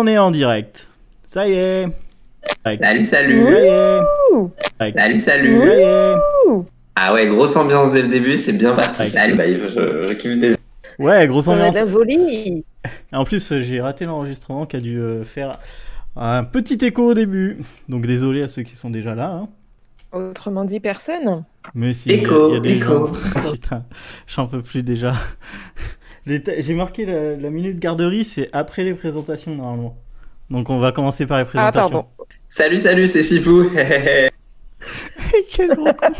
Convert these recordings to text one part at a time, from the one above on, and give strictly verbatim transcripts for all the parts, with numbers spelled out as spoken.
On est en direct. Ça y est. Salut, salut. Ça y est. Salut, salut. Ça y est. Ah ouais, grosse ambiance dès le début, c'est bien parti. Salut, bah, je, je, je kiffe déjà. Ouais, grosse ambiance. Ça va être joli. En plus, j'ai raté l'enregistrement qui a dû euh, faire un petit écho au début. Donc désolé à ceux qui sont déjà là. Hein. Autrement dit, personne. Mais si, écho, il y a des écho. gens. Putain, j'en peux plus déjà. Les ta... J'ai marqué la, la minute garderie, c'est après les présentations normalement. Donc on va commencer par les présentations. Ah pardon. Salut, salut, c'est Chipou. Quel gros con.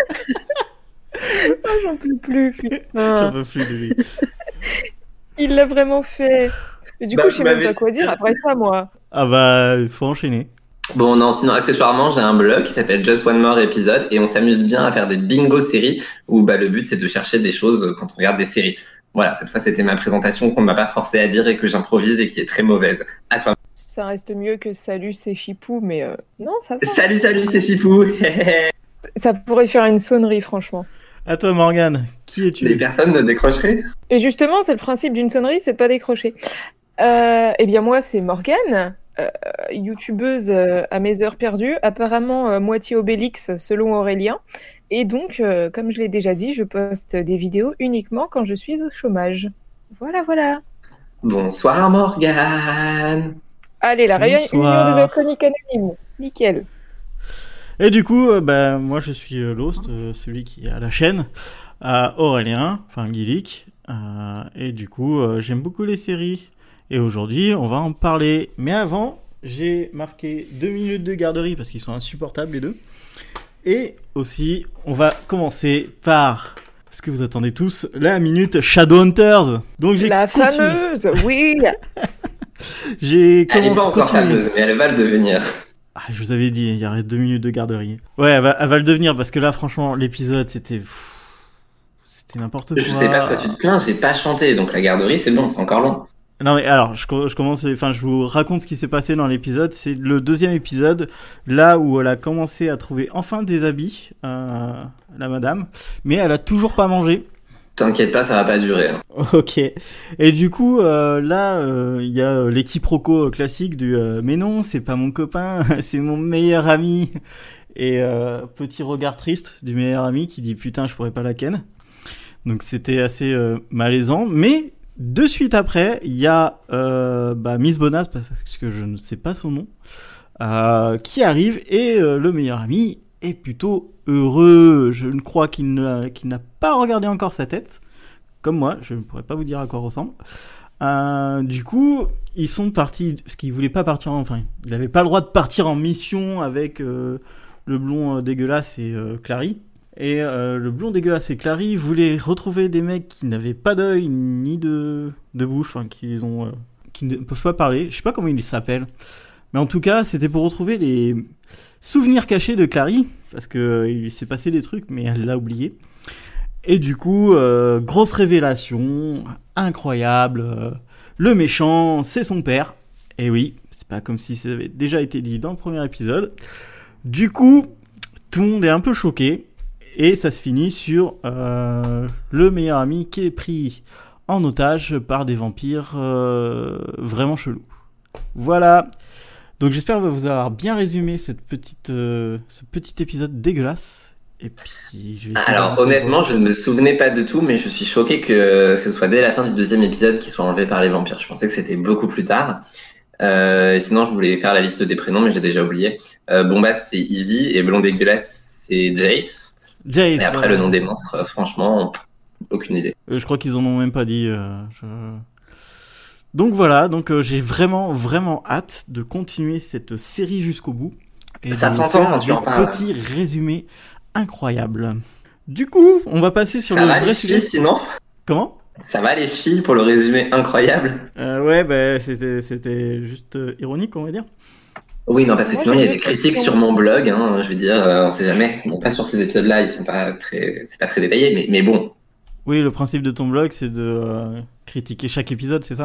Oh, j'en peux plus, putain. J'en peux plus de lui. Il l'a vraiment fait. Mais du Bah, coup, je sais bah, même pas quoi dire après ça, moi. Ah bah, il faut enchaîner. Bon, non, sinon, accessoirement, j'ai un blog qui s'appelle Just One More Episode et on s'amuse bien à faire des bingo séries où bah, le but, c'est de chercher des choses quand on regarde des séries. Voilà, cette fois, c'était ma présentation qu'on ne m'a pas forcé à dire et que j'improvise et qui est très mauvaise. À toi. Ça reste mieux que salut, c'est Chipou, mais euh, non, ça va. Salut, salut, c'est Chipou. Ça pourrait faire une sonnerie, franchement. À toi, Morgane. Qui es-tu? Les personnes ne décrocheraient. Et justement, c'est le principe d'une sonnerie, c'est de pas décrocher. Euh, eh bien, moi, c'est Morgane, euh, youtubeuse euh, à mes heures perdues, apparemment euh, moitié Obélix selon Aurélien. Et donc, euh, comme je l'ai déjà dit, je poste des vidéos uniquement quand je suis au chômage. Voilà, voilà. Bonsoir, Morgane. Allez, la réunion Bonsoir. des alcooliques anonymes. Nickel. Et du coup, euh, bah, moi je suis euh, Lost, euh, celui qui est à la chaîne, euh, Aurélien, enfin Guilic, euh, et du coup euh, j'aime beaucoup les séries. Et aujourd'hui on va en parler. Mais avant, j'ai marqué deux minutes de garderie parce qu'ils sont insupportables les deux. Et aussi, on va commencer par, parce que vous attendez tous, la minute Shadowhunters. Donc j'ai La continué. fameuse, oui. J'ai Elle n'est commencé pas encore continué. fameuse, mais elle va le devenir. Ah, je vous avais dit, il y aurait deux minutes de garderie. Ouais, elle va, elle va le devenir parce que là, franchement, l'épisode, c'était, pff, c'était n'importe quoi. Je sais pas de quoi tu te plains, j'ai pas chanté, donc la garderie, c'est bon, c'est encore long. Non mais alors, je, je commence, enfin, je vous raconte ce qui s'est passé dans l'épisode. C'est le deuxième épisode, là où elle a commencé à trouver enfin des habits, euh, la madame, mais elle a toujours pas mangé. T'inquiète pas, ça va pas durer. Hein. Ok. Et du coup, euh, là, il euh, y a euh, l'équiproquo classique du euh, mais non, c'est pas mon copain, c'est mon meilleur ami. Et euh, petit regard triste du meilleur ami qui dit putain, je pourrais pas la ken. Donc c'était assez euh, malaisant. Mais de suite après, il y a euh, bah, Miss Bonas, parce que je ne sais pas son nom, euh, qui arrive et euh, le meilleur ami est plutôt heureux. Je ne crois qu'il n'a, qu'il n'a pas regardé encore sa tête. Comme moi, je ne pourrais pas vous dire à quoi ressemble. Euh, du coup, ils sont partis, parce qu'ils voulaient pas partir en, enfin, il n'avait pas le droit de partir en mission avec euh, le blond euh, dégueulasse et euh, Clary. Et euh, le blond dégueulasse et Clary voulaient retrouver des mecs qui n'avaient pas d'œil ni de, de bouche, enfin, qui les ont, euh, qui ne peuvent pas parler. Je sais pas comment ils s'appellent. Mais en tout cas, c'était pour retrouver les souvenirs cachés de Clary, parce que euh, il s'est passé des trucs, mais elle l'a oublié. Et du coup, euh, grosse révélation, incroyable. Euh, le méchant, c'est son père. Et oui, c'est pas comme si ça avait déjà été dit dans le premier épisode. Du coup, tout le monde est un peu choqué. Et ça se finit sur euh, le meilleur ami qui est pris en otage par des vampires euh, vraiment chelous. Voilà. Donc j'espère vous avoir bien résumé cette petite, euh, ce petit épisode dégueulasse. Et puis je vais Alors honnêtement, je ne me souvenais pas de tout, mais je suis choqué que ce soit dès la fin du deuxième épisode qu'il soit enlevé par les vampires. Je pensais que c'était beaucoup plus tard. Euh, sinon, je voulais faire la liste des prénoms, mais j'ai déjà oublié. Euh, Bombas, c'est Easy, et Blond Dégueulasse, c'est Jace. Jace. Et après, ouais. le nom des monstres, euh, franchement, aucune idée. Euh, je crois qu'ils en ont même pas dit. Euh, je... Donc voilà, donc euh, j'ai vraiment, vraiment hâte de continuer cette série jusqu'au bout. Et Ça de vous s'entend faire quand tu des en parles. petits résumés incroyables. Du coup, on va passer sur Ça le va vrai les sujet. chevilles, sinon Comment ? Ça va les chevilles pour le résumé incroyable? euh, Ouais, bah, c'était, c'était juste euh, ironique, on va dire. Oui, non, parce que Moi, sinon il y a j'ai des deux critiques questions. sur mon blog, hein, je veux dire, euh, on sait jamais. Bon, pas sur ces épisodes-là, ils sont pas très, c'est pas très détaillé, mais, mais bon. Oui, le principe de ton blog, c'est de euh, critiquer chaque épisode, c'est ça ?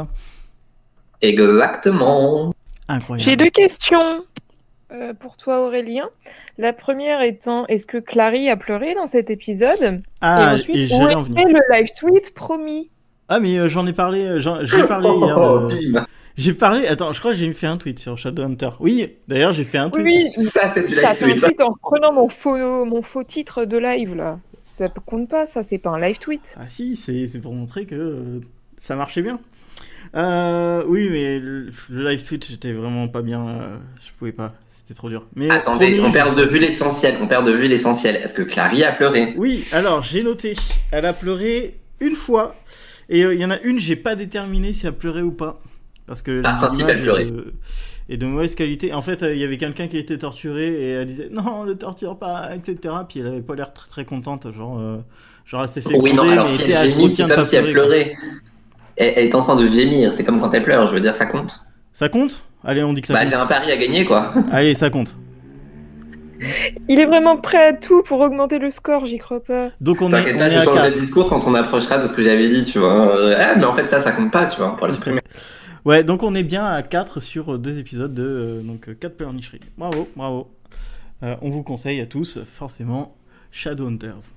Exactement. Incroyable. J'ai deux questions euh, pour toi, Aurélien. La première étant, est-ce que Clary a pleuré dans cet épisode? Ah, Et et ensuite, où j'allais en était venir. le live tweet promis? Ah, mais euh, j'en ai parlé, euh, j'en, j'ai parlé Oh, hier de... bim. J'ai parlé. Attends, je crois que j'ai fait un tweet sur Shadowhunter. Oui, d'ailleurs, j'ai fait un tweet. Oui, Ça, c'est du t'as live fait un tweet. tweet en reprenant mon faux, mon faux titre de live là. Ça compte pas, ça, c'est pas un live tweet. Ah si, c'est c'est pour montrer que euh, ça marchait bien. Euh, oui, mais le, le live tweet, j'étais vraiment pas bien. euh, je pouvais pas. C'était trop dur. Mais Attendez, promis, on je- perd de vue l'essentiel. On perd de vue l'essentiel. Est-ce que Clary a pleuré? Oui, alors j'ai noté. Elle a pleuré une fois. Et il euh, y en a une, j'ai pas déterminé si elle pleurait ou pas. Parce que Par principe, l'image elle pleurait. est de, est de mauvaise qualité. En fait, il euh, y avait quelqu'un qui était torturé et elle disait non, le torture pas, et cetera. Puis elle avait pas l'air très, très contente. Genre, euh, genre elle s'est fait Oui, non, gronder, alors mais si tu sais, elle elle se gémit, retient c'est de comme pas si elle pleurer, quoi. pleurait. Elle, elle est en train de gémir. C'est comme quand elle pleure. Je veux dire, ça compte. Ça compte? Allez, on dit que ça Bah, compte. j'ai un pari à gagner, quoi. Allez, ça compte. Il est vraiment prêt à tout pour augmenter le score, j'y crois pas. Donc on est, T'inquiète on pas, est je à changerai quatre. de discours quand on approchera de ce que j'avais dit, tu vois. Euh, Ah, mais en fait, ça, ça compte pas, tu vois, pour le supprimer. Ouais, donc on est bien à quatre sur euh, deux épisodes de euh, donc quatre pleurnicheries. Bravo, bravo. Euh, on vous conseille à tous, forcément, Shadowhunters.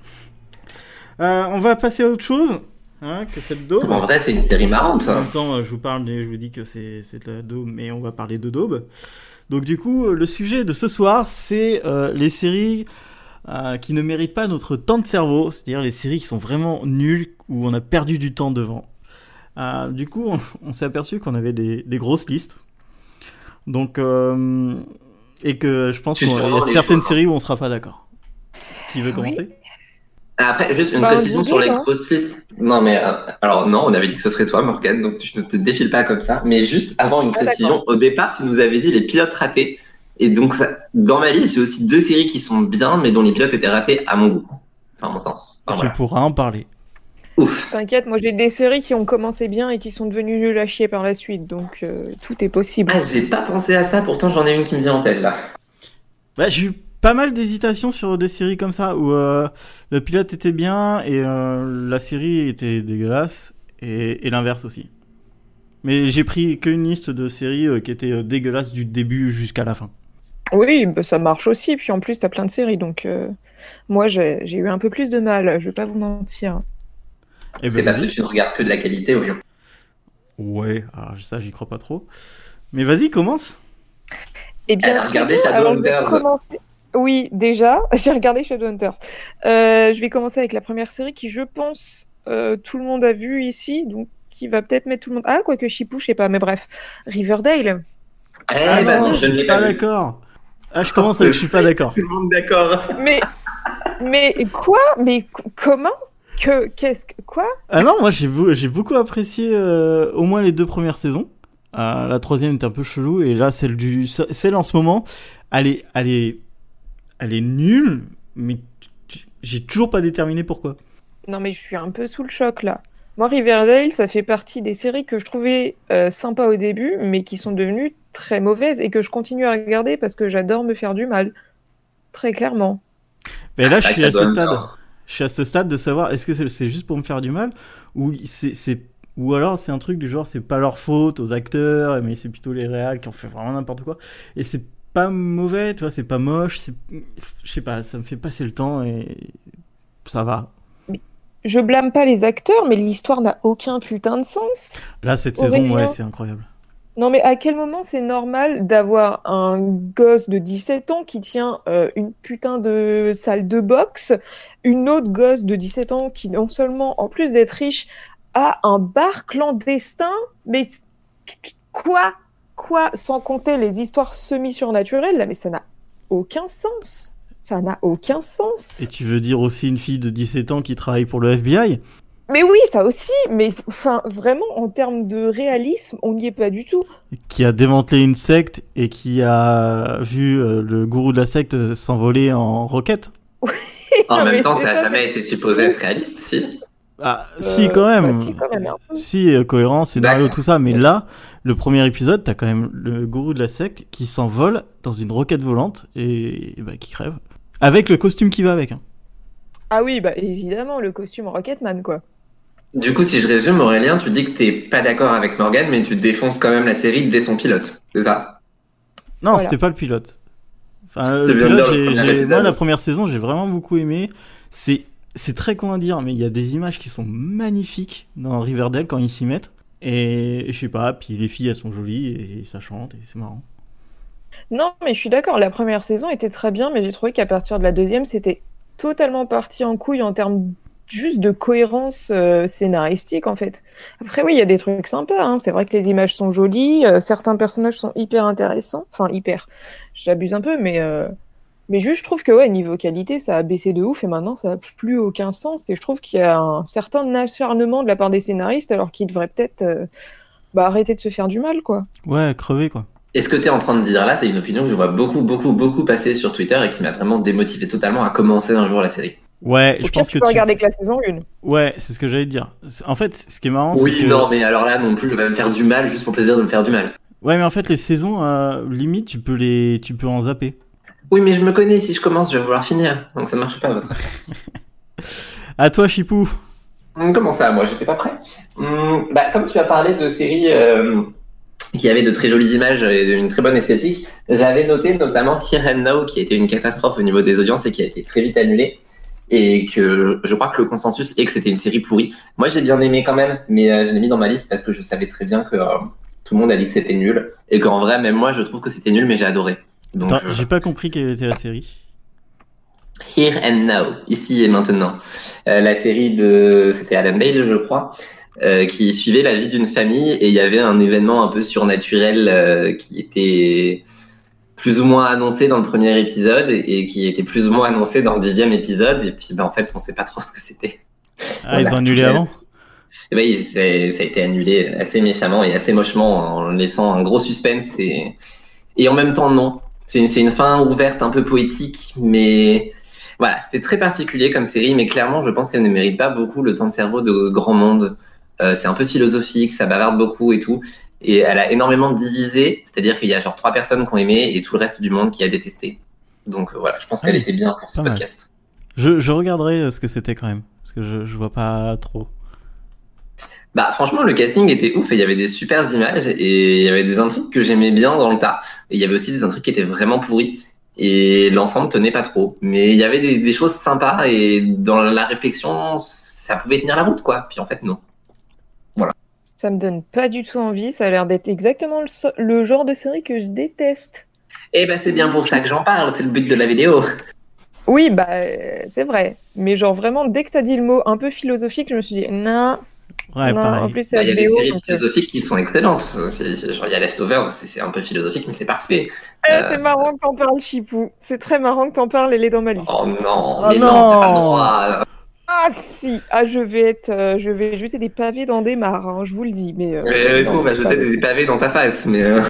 Euh, on va passer à autre chose hein, que cette daube. En vrai, c'est une série marrante. En même temps, euh, je vous parle, de- je vous dis que c'est c'est de la daube, mais on va parler de daube. Donc du coup, euh, le sujet de ce soir, c'est euh, les séries euh, qui ne méritent pas notre temps de cerveau, c'est-à-dire les séries qui sont vraiment nulles, où on a perdu du temps devant. Euh, du coup, on, on s'est aperçu qu'on avait des, des grosses listes. Donc, euh, et que je pense Tu qu'il y sais a vraiment les certaines choix. séries où on sera pas d'accord. Qui veut commencer? Après, juste une Bah, précision dis sur les donc, hein. grosses listes. Non, mais euh, alors non, on avait dit que ce serait toi, Morgane, donc tu ne te défiles pas comme ça. Mais juste avant une Ah, précision, au départ, tu nous avais dit les pilotes ratés. Et donc, ça, dans ma liste, j'ai aussi deux séries qui sont bien, mais dont les pilotes étaient ratés à mon goût. Enfin, à mon sens. Enfin, Tu voilà. pourras en parler. Ouf. T'inquiète, moi j'ai des séries qui ont commencé bien et qui sont devenues nulles à chier par la suite, donc euh, tout est possible. Ah, j'ai pas pensé à ça, pourtant j'en ai une qui me vient en tête là. Bah, j'ai eu pas mal d'hésitations sur des séries comme ça où euh, le pilote était bien et euh, la série était dégueulasse et, et l'inverse aussi. Mais j'ai pris qu'une liste de séries euh, qui étaient euh, dégueulasses du début jusqu'à la fin. Oui, bah, ça marche aussi, puis en plus t'as plein de séries, donc euh, moi j'ai j'ai eu un peu plus de mal, je vais pas vous mentir. Et C'est ben, parce que vas-y. tu ne regardes que de la qualité, oui. Ouais, alors ça j'y crois pas trop. Mais vas-y, commence. Eh bien, Elle a très regardé bien, alors, je vais Shadowhunters. commencer- Oui, déjà, j'ai regardé Shadowhunters. Euh, je vais commencer avec la première série qui, je pense, euh, tout le monde a vu ici, donc qui va peut-être mettre tout le monde. Ah, quoique Chipou, je sais pas, mais bref. Riverdale. Eh Ah bah non, non, je je ne suis l'ai pas pas vu. d'accord. Ah, je commence avec je suis pas d'accord. Tout le monde d'accord. Mais, mais quoi? Mais c- comment? Que, qu'est-ce que, quoi? Ah non, moi j'ai beau- j'ai beaucoup apprécié euh, au moins les deux premières saisons. Euh, la troisième est un peu chelou et là celle du celle en ce moment, elle est elle est elle est nulle, mais tu- tu- j'ai toujours pas déterminé pourquoi. Non, mais je suis un peu sous le choc là. Moi, Riverdale, ça fait partie des séries que je trouvais euh, sympas au début, mais qui sont devenues très mauvaises et que je continue à regarder parce que j'adore me faire du mal. Très clairement. Mais là je Hashtag suis à ce stade, Shadowhunters. je suis à ce stade de savoir est-ce que c'est c'est juste pour me faire du mal ou c'est c'est ou alors c'est un truc du genre c'est pas leur faute aux acteurs mais c'est plutôt les réals qui ont fait vraiment n'importe quoi et c'est pas mauvais, tu vois, c'est pas moche, c'est je sais pas, ça me fait passer le temps et ça va. Je blâme pas les acteurs, mais l'histoire n'a aucun putain de sens. Là cette Aurélien. saison ouais, c'est incroyable. Non, mais à quel moment c'est normal d'avoir un gosse de dix-sept ans qui tient euh, une putain de salle de boxe, une autre gosse de dix-sept ans qui, non seulement, en plus d'être riche, a un bar clandestin, mais quoi? Quoi? Sans compter les histoires semi-surnaturelles, là, mais ça n'a aucun sens. Ça n'a aucun sens. Et tu veux dire aussi une fille de dix-sept ans qui travaille pour le F B I? Mais oui, ça aussi, mais enfin, vraiment, en termes de réalisme, on n'y est pas du tout. Qui a démantelé une secte et qui a vu euh, le gourou de la secte s'envoler en roquette. En Non, même mais temps, c'est ça n'a pas- jamais été supposé être réaliste, si. Ah, Euh, si, quand même. bah, si, quand même, un peu. Si, euh, cohérence, scénario, D'accord. tout ça. Mais là, le premier épisode, t'as quand même le gourou de la secte qui s'envole dans une roquette volante et, et bah, qui crève. Avec le costume qui va avec. Hein. Ah oui, bah évidemment, le costume Rocketman, quoi. Du coup, si je résume, Aurélien, tu dis que t'es pas d'accord avec Morgane, mais tu défonces quand même la série dès son pilote. C'est ça? Non, Voilà. c'était pas le pilote. Enfin, Tu le viens de pilote, dire le j'ai- premier j'ai- épisode. moi, la première saison, j'ai vraiment beaucoup aimé. C'est, c'est très con à dire, mais il y a des images qui sont magnifiques dans Riverdale quand ils s'y mettent. Et, et je sais pas, puis les filles elles sont jolies et ça chante et c'est marrant. Non, mais je suis d'accord, la première saison était très bien, mais j'ai trouvé qu'à partir de la deuxième, c'était totalement parti en couille en termes juste de cohérence euh, scénaristique, en fait. Après, oui, il y a des trucs sympas, hein. C'est vrai que les images sont jolies, euh, certains personnages sont hyper intéressants, enfin, hyper, j'abuse un peu, mais, euh, mais juste, je trouve que, ouais, niveau qualité, ça a baissé de ouf, et maintenant, ça n'a plus aucun sens, et je trouve qu'il y a un certain acharnement de la part des scénaristes, alors qu'ils devraient peut-être euh, bah, arrêter de se faire du mal, quoi. Ouais, crever quoi. Et ce que tu es en train de dire là, c'est une opinion que je vois beaucoup, beaucoup, beaucoup passer sur Twitter et qui m'a vraiment démotivé totalement à commencer un jour la série. Ouais, Au je pire, pense tu que peux tu... regarder que la saison un. Ouais, c'est ce que j'allais te dire. C'est- En fait, ce qui est marrant, Oui, c'est que... non, mais alors là non plus, je vais me faire du mal juste pour le plaisir de me faire du mal. Ouais, mais en fait, les saisons, euh, limite, tu peux les, tu peux en zapper. Oui, mais je me connais, si je commence, je vais vouloir finir. Donc ça marche pas, votre. À toi, Chipou. Hum, Comment ça, moi, j'étais pas prêt. Hum, bah, comme tu as parlé de séries euh, qui avaient de très jolies images et une très bonne esthétique, j'avais noté notamment Here and Now, qui a été une catastrophe au niveau des audiences et qui a été très vite annulée. Et que je crois que le consensus est que c'était une série pourrie. Moi, j'ai bien aimé quand même, mais euh, je l'ai mis dans ma liste parce que je savais très bien que euh, tout le monde a dit que c'était nul. Et qu'en vrai, même moi, je trouve que c'était nul, mais j'ai adoré. Donc, Attends, euh, j'ai pas compris quelle était la série. Here and Now, ici et maintenant. Euh, la série de, c'était Alan Bale, je crois, euh, qui suivait la vie d'une famille et il y avait un événement un peu surnaturel euh, qui était plus ou moins annoncé dans le premier épisode et, et qui était plus ou moins annoncé dans le dixième épisode. Et puis, ben, en fait, on sait pas trop ce que c'était. Ah, Voilà. ils ont annulé avant. Et ben, il- c'est- ça a été annulé assez méchamment et assez mochement en laissant un gros suspense et, et en même temps, non. C'est une, c'est une fin ouverte un peu poétique, mais voilà, c'était très particulier comme série, mais clairement, je pense qu'elle ne mérite pas beaucoup le temps de cerveau de grand monde. Euh, c'est un peu philosophique, ça bavarde beaucoup et tout. Et elle a énormément divisé, c'est-à-dire qu'il y a genre trois personnes qui ont aimé et tout le reste du monde qui a détesté. Donc euh, voilà, je pense Ah qu'elle oui, était bien pour ce pas mal. podcast. Je, je regarderai euh, ce que c'était quand même, parce que je, je vois pas trop. Bah franchement, le casting était ouf et il y avait des super images et il y avait des intrigues que j'aimais bien dans le tas. Et il y avait aussi des intrigues qui étaient vraiment pourries et l'ensemble tenait pas trop. Mais il y avait des, des choses sympas et dans la réflexion, ça pouvait tenir la route quoi. Puis en fait, non. Ça me donne pas du tout envie. Ça a l'air d'être exactement le, so- le genre de série que je déteste. Et ben c'est bien pour ça que j'en parle, c'est le but de la vidéo. Oui, bah, euh, c'est vrai. Mais genre vraiment, dès que t'as dit le mot un peu philosophique, je me suis dit, non, Ouais, non. pareil. En plus, c'est Bah, il y a des H B O. séries donc, euh, philosophiques qui sont excellentes. C'est, c'est- genre il y a Leftovers, c'est, c'est un peu philosophique mais c'est parfait. eh, Euh, c'est marrant que t'en parles, Chipou. C'est très marrant que t'en parles, elle est dans ma liste. Oh non, Oh mais non, t'as pas le non. droit. Ah si, ah je vais être, euh, je vais jeter des pavés dans des mares, hein, je vous le dis. Mais euh, Mais non, tout, on va c'est jeter pas- des pavés dans ta face. Mais euh,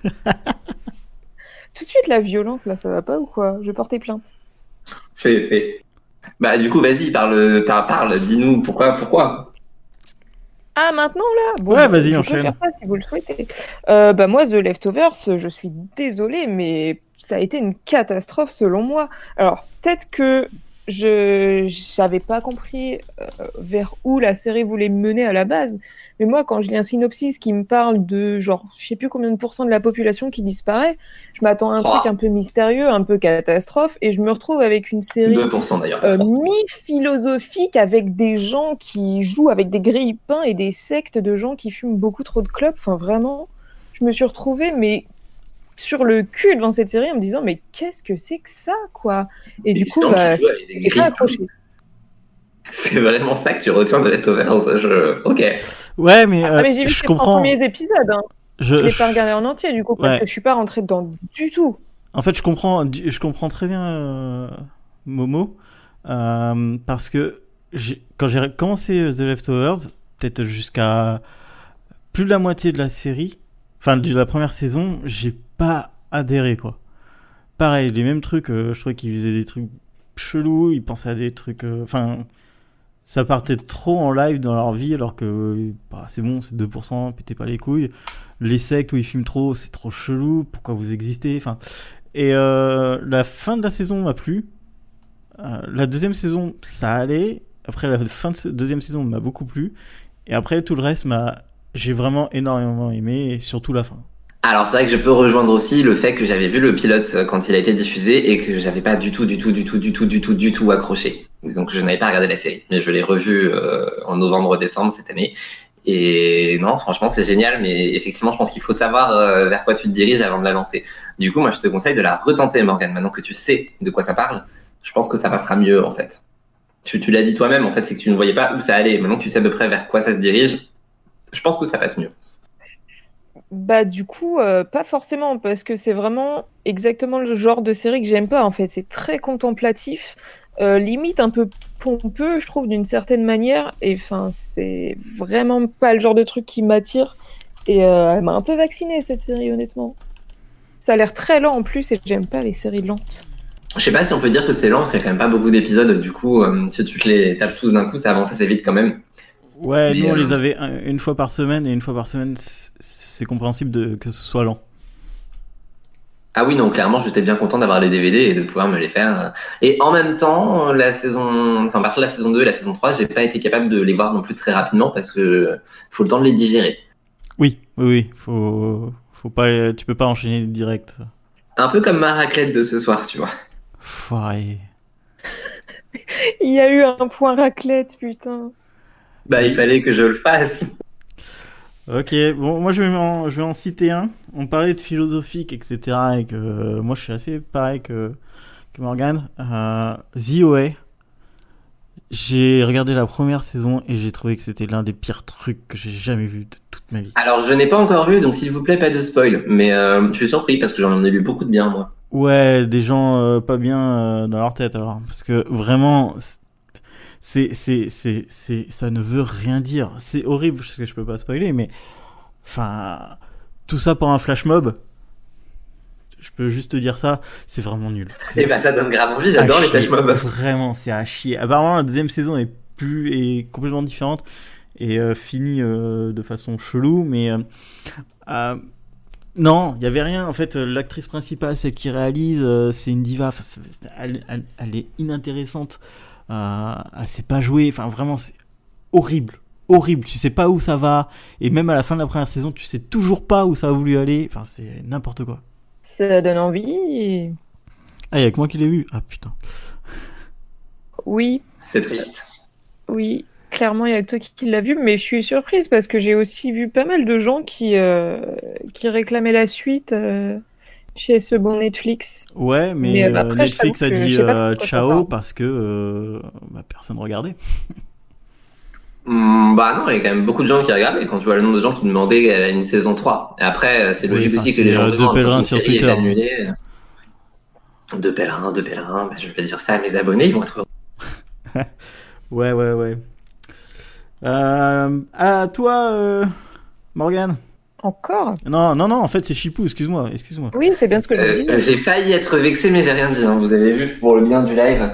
Tout de suite la violence là, ça va pas ou quoi? Je vais porter plainte. fais, fais. Bah du coup, vas-y, parle, parle, parle. Dis-nous pourquoi, pourquoi. Ah maintenant là, bon, Ouais, bah, vas-y, je enchaîne. peux faire ça si vous le souhaitez. Euh, bah moi The Leftovers, je suis désolée, mais ça a été une catastrophe selon moi. Alors peut-être que je j'avais pas compris euh, vers où la série voulait me mener à la base, mais moi quand je lis un synopsis qui me parle de genre je sais plus combien de pourcents de la population qui disparaît, je m'attends à un Trois. truc un peu mystérieux, un peu catastrophe, et je me retrouve avec une série deux pour cent d'ailleurs. euh, mi-philosophique avec des gens qui jouent avec des grille-pains et des sectes de gens qui fument beaucoup trop de clopes. Enfin, vraiment, je me suis retrouvée, mais sur le cul devant cette série en me disant, mais qu'est-ce que c'est que ça, quoi? Et Des du coup, gens bah, qui jouent avec des c'était pas grille-pains. accroché. C'est vraiment ça que tu retiens de Leftovers. Je... Ok. Ouais, mais, euh, Ah, mais j'ai vu je les trois comprends. premiers épisodes, hein. Je, Je l'ai je- pas regardé en entier, du coup, parce Ouais. que je suis pas rentrée dedans du tout. En fait, je comprends, je comprends très bien euh, Momo, euh, parce que j'ai- quand j'ai commencé The Leftovers, peut-être jusqu'à plus de la moitié de la série, enfin de la première saison, j'ai pas adhéré quoi. Pareil, les mêmes trucs, euh, je trouvais qu'ils faisaient des trucs chelous, ils pensaient à des trucs, euh, enfin, ça partait trop en live dans leur vie, alors que bah, c'est bon, c'est deux pour cent, pétez pas les couilles. Les sectes où ils fument trop, c'est trop chelou, pourquoi vous existez, enfin. Et euh, la fin de la saison m'a plu. Euh, la deuxième saison, ça allait. Après, la fin de la deuxième saison m'a beaucoup plu. Et après, tout le reste, m'a... j'ai vraiment énormément aimé, et surtout la fin. Alors c'est vrai que je peux rejoindre aussi le fait que j'avais vu le pilote euh, quand il a été diffusé et que j'avais pas du tout, du tout, du tout, du tout, du tout, du tout accroché. Donc je n'avais pas regardé la série, mais je l'ai revu euh, en novembre-décembre cette année Et non, franchement, c'est génial, mais effectivement, je pense qu'il faut savoir euh, vers quoi tu te diriges avant de la lancer. Du coup, moi, je te conseille de la retenter, Morgane. Maintenant que tu sais de quoi ça parle, je pense que ça passera mieux, en fait. Tu, tu l'as dit toi-même, en fait, c'est que tu ne voyais pas où ça allait. Maintenant que tu sais à peu près vers quoi ça se dirige, je pense que ça passe mieux. Bah du coup, euh, pas forcément, parce que c'est vraiment exactement le genre de série que j'aime pas, en fait. C'est très contemplatif, euh, limite un peu pompeux, je trouve, d'une certaine manière. Et enfin, c'est vraiment pas le genre de truc qui m'attire. Et euh, elle m'a un peu vaccinée, cette série, honnêtement. Ça a l'air très lent en plus, et j'aime pas les séries lentes. Je sais pas si on peut dire que c'est lent, parce qu'il y a quand même pas beaucoup d'épisodes. Du coup, euh, si tu te les tapes tous d'un coup, ça avance assez vite quand même. Ouais, Mais, nous on euh, les avait un- une fois par semaine, et une fois par semaine, c'est c'est compréhensible de, que ce soit lent. Ah oui, non, clairement, j'étais bien content d'avoir les D V D et de pouvoir me les faire. Et en même temps, la saison, enfin, à partir de la saison deux et la saison trois, j'ai pas été capable de les voir non plus très rapidement parce que faut le temps de les digérer. Oui, oui, oui, faut, faut pas, tu peux pas enchaîner direct. Un peu comme ma raclette de ce soir, tu vois. Foiré. Il y a eu un point raclette, putain. Bah, il fallait que je le fasse. Ok, bon, moi je vais en, je vais en citer un. On parlait de philosophique, et cetera. Et que euh, moi je suis assez pareil que, que Morgane. Euh, The O A. J'ai regardé la première saison et j'ai trouvé que c'était l'un des pires trucs que j'ai jamais vu de toute ma vie. Alors, je n'ai pas encore vu, donc s'il vous plaît, pas de spoil. Mais euh, je suis surpris parce que j'en ai lu beaucoup de bien, moi. Ouais, des gens euh, pas bien euh, dans leur tête alors. Parce que vraiment, c'est, c'est, c'est, c'est, ça ne veut rien dire. C'est horrible, je sais que je peux pas spoiler, mais enfin, tout ça pour un flash mob. Je peux juste te dire ça, c'est vraiment nul. C'est Et bah, ça donne grave envie, j'adore à les chier. flash mobs. Vraiment, c'est à chier. Apparemment, la deuxième saison est plus est complètement différente et euh, finie euh, de façon chelou, mais euh, euh, non, il y avait rien. En fait, euh, l'actrice principale, celle qui réalise, euh, c'est une diva. Enfin, c'est- elle, elle, elle est inintéressante. Euh, elle sait pas jouer. Enfin, vraiment, c'est horrible. Horrible. Tu sais pas où ça va. Et même à la fin de la première saison, tu sais toujours pas où ça a voulu aller. Enfin, c'est n'importe quoi. Ça donne envie. Ah, il y a que moi qui l'ai vu. Ah, putain. Oui, C'est triste. oui. Clairement, il y a que toi qui, qui l'as vu, mais je suis surprise parce que j'ai aussi vu pas mal de gens qui, euh, qui réclamaient la suite euh, chez ce bon Netflix. Ouais, mais, Mais, euh, euh, après, je Netflix a t'avoue que dit je sais pas trop euh, de quoi ça ciao parle. parce que euh, bah, personne regardait. Hmm, bah non, il y a quand même beaucoup de gens qui regardent et quand tu vois le nombre de gens qui demandaient euh, une saison trois. Et après, euh, c'est Oui, logique enfin, aussi que c'est, les gens euh, deux demandent quand pèlerins une sur série est Twitter. annulée. Deux pèlerins, deux pèlerins, bah, je vais dire ça à mes abonnés, ils vont être heureux. Ouais, ouais, ouais. Euh, à toi, euh, Morgane. Encore? Non, non, non, en fait, c'est Chipou, excuse-moi, excuse-moi. Oui, c'est bien ce que je me Euh, dis. j'ai failli être vexé, mais j'ai rien dit, hein, vous avez vu, pour le bien du live.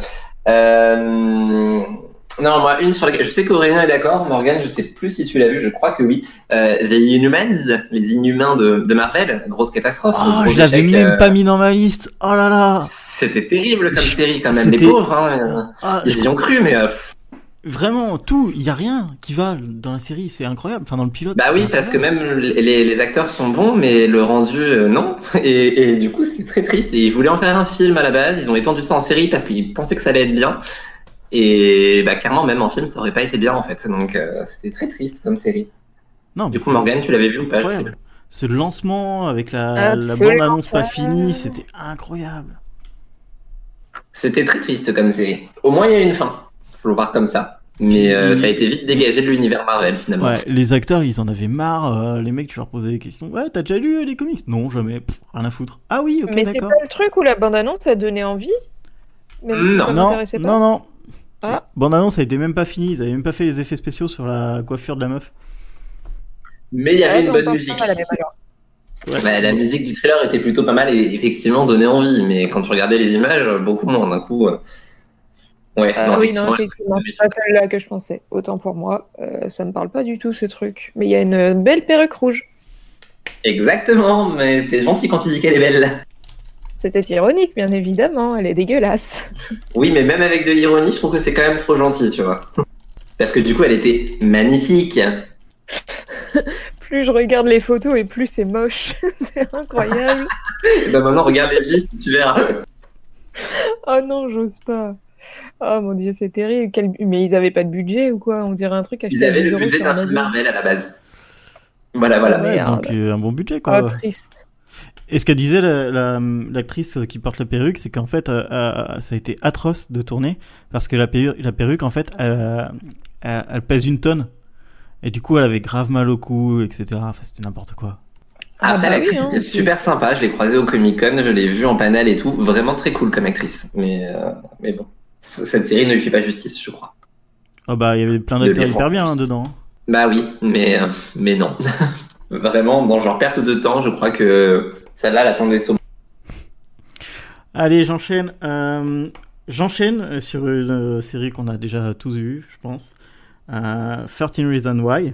Euh... Non, moi, une sur laquelle... Je sais qu'Aurélien est d'accord, Morgane, je sais plus si tu l'as vu, je crois que oui. Euh, The Inhumans, les Inhumains de, de Marvel, grosse catastrophe, Oh, gros je l'avais échec, même euh, pas mis dans ma liste. Oh là là. C'était terrible comme Je- série quand même, les c'était- pauvres, hein, Ah, ils je- y ont cru, mais... euh, pff, Vraiment, tout, il y a rien qui va dans la série, c'est incroyable. Enfin, dans le pilote. Bah c'était oui, parce que incroyable. même les, les acteurs sont bons, mais le rendu, euh, non. Et, et du coup, c'était très triste. Et ils voulaient en faire un film à la base. Ils ont étendu ça en série parce qu'ils pensaient que ça allait être bien. Et bah clairement, même en film, ça aurait pas été bien en fait. Donc euh, c'était très triste comme série. Non, Du mais coup, c'est- Morgane, tu l'avais vu ou pas? Je sais incroyable. plus. Ce lancement avec la, la Absolument bande-annonce pas pas. finie, c'était incroyable. C'était très triste comme série. Au moins, il y a une fin. Faut le voir comme ça. Mais euh, Puis- ça a été vite dégagé de l'univers Marvel finalement. Ouais, les acteurs, ils en avaient marre. euh, les mecs, tu leur posais des questions. Ouais, t'as déjà lu euh, les comics? Non, jamais. Pff, rien à foutre. Ah oui, ok, Mais c'est d'accord. pas le truc où la bande-annonce a donné envie? Même si Non. ça Non, m'intéressait pas? non, non. Ah. Bande annonce, ça a été même pas fini. Ils avaient même pas fait les effets spéciaux sur la coiffure de la meuf. Mais il y avait Ah, une non, bonne pas musique. mal, la même alors. Ouais. Bah, la musique du trailer était plutôt pas mal et effectivement donnait envie. Mais quand tu regardais les images, beaucoup moins d'un coup. euh, Ouais, Ah non, oui, non, effectivement. effectivement, c'est pas celle-là que je pensais. Autant pour moi, euh, ça me parle pas du tout ce truc. Mais il y a une belle perruque rouge. Exactement, mais t'es gentil quand tu dis qu'elle est belle. C'était ironique, bien évidemment, elle est dégueulasse. Oui, mais même avec de l'ironie, je trouve que c'est quand même trop gentil, tu vois. Parce que du coup, elle était magnifique. Plus je regarde les photos et plus c'est moche. C'est incroyable. Et ben maintenant, regarde les gifs, tu verras. Oh non, j'ose pas. Oh mon dieu, c'est terrible. Quel... Mais ils avaient pas de budget ou quoi? On dirait un truc acheté Ils à avaient dix le euros budget sur d'un film Amazon. Marvel à la base. Voilà, Oh voilà. Ouais, merde. donc euh, un bon budget, quoi. Oh, triste. Et ce qu'elle disait la, la- l'actrice qui porte la perruque, c'est qu'en fait, euh, euh, ça a été atroce de tourner parce que la, perru- la perruque, en fait, euh, elle, elle pèse une tonne. Et du coup, elle avait grave mal au cou, et cetera. Enfin, c'était n'importe quoi. Ah Après, bah l'actrice oui, hein, était c'est- super sympa. Je l'ai croisée au Comic Con, je l'ai vue en panel et tout. Vraiment très cool comme actrice. Mais, euh, mais bon, cette série ne lui fait pas justice, je crois. Oh bah, il y avait plein De d'acteurs les hyper rendre bien hein, justice. dedans. Bah oui, mais, euh, mais non. Vraiment, dans genre perte de temps, je crois que celle-là, elle attendait son. Allez, j'enchaîne. Euh, j'enchaîne sur une euh, série qu'on a déjà tous vue, je pense. Euh, thirteen Reasons Why.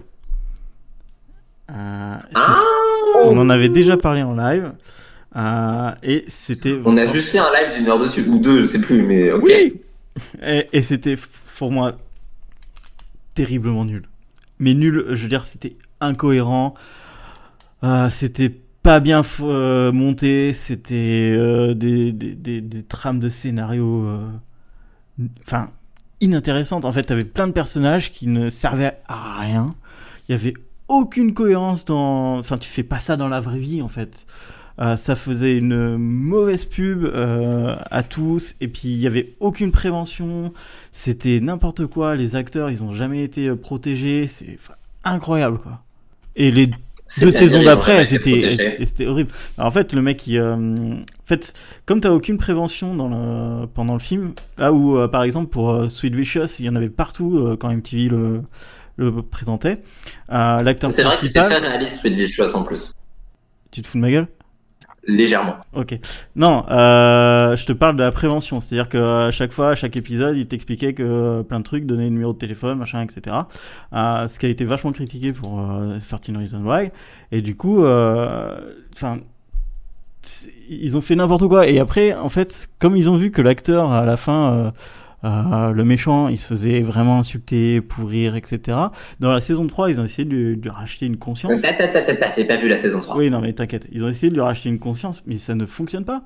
Euh, c'est- Ah on en avait déjà parlé en live. Euh, et c'était. On a juste fait un live d'une heure dessus, ou deux, je sais plus, mais ok. Oui. Et, et c'était pour moi terriblement nul. Mais nul, je veux dire, c'était incohérent. Euh, c'était pas bien f- euh, monté. C'était euh, des, des, des, des trames de scénario, euh, enfin, inintéressantes. En fait, t'avais plein de personnages qui ne servaient à rien. Il y avait aucune cohérence dans. Enfin, tu fais pas ça dans la vraie vie, en fait. Euh, ça faisait une mauvaise pub euh, à tous, et puis il y avait aucune prévention. C'était n'importe quoi. Les acteurs, ils ont jamais été euh, protégés. C'est enfin, incroyable, quoi. Et les C'est deux bien saisons dire, ils ont d'après, jamais été c'était protégés. et c'était horrible. Alors, en fait, le mec, il, euh, en fait, comme t'as aucune prévention dans le, pendant le film, là où, euh, par exemple, pour euh, Sweet Vicious, il y en avait partout euh, quand M T V le, le présentait. Euh, l'acteur C'est vrai que c'était principal, très réaliste, Sweet Vicious en plus. tu te fous de ma gueule? Légèrement. Ok. Non, euh, je te parle de la prévention. C'est-à-dire qu'à chaque fois, à chaque épisode, il t'expliquait que euh, plein de trucs, donner le numéro de téléphone, machin, et cetera. Euh, ce qui a été vachement critiqué pour euh, thirteen Reasons Why. Et du coup, enfin, euh, ils ont fait n'importe quoi. Et après, en fait, comme ils ont vu que l'acteur, à la fin, euh, euh, le méchant, il se faisait vraiment insulter, pourrir, et cetera. Dans la saison trois, ils ont essayé de lui, de lui racheter une conscience. Ta, ta, ta, ta, ta, j'ai pas vu la saison trois. Oui, non, mais t'inquiète. Ils ont essayé de lui racheter une conscience, mais ça ne fonctionne pas.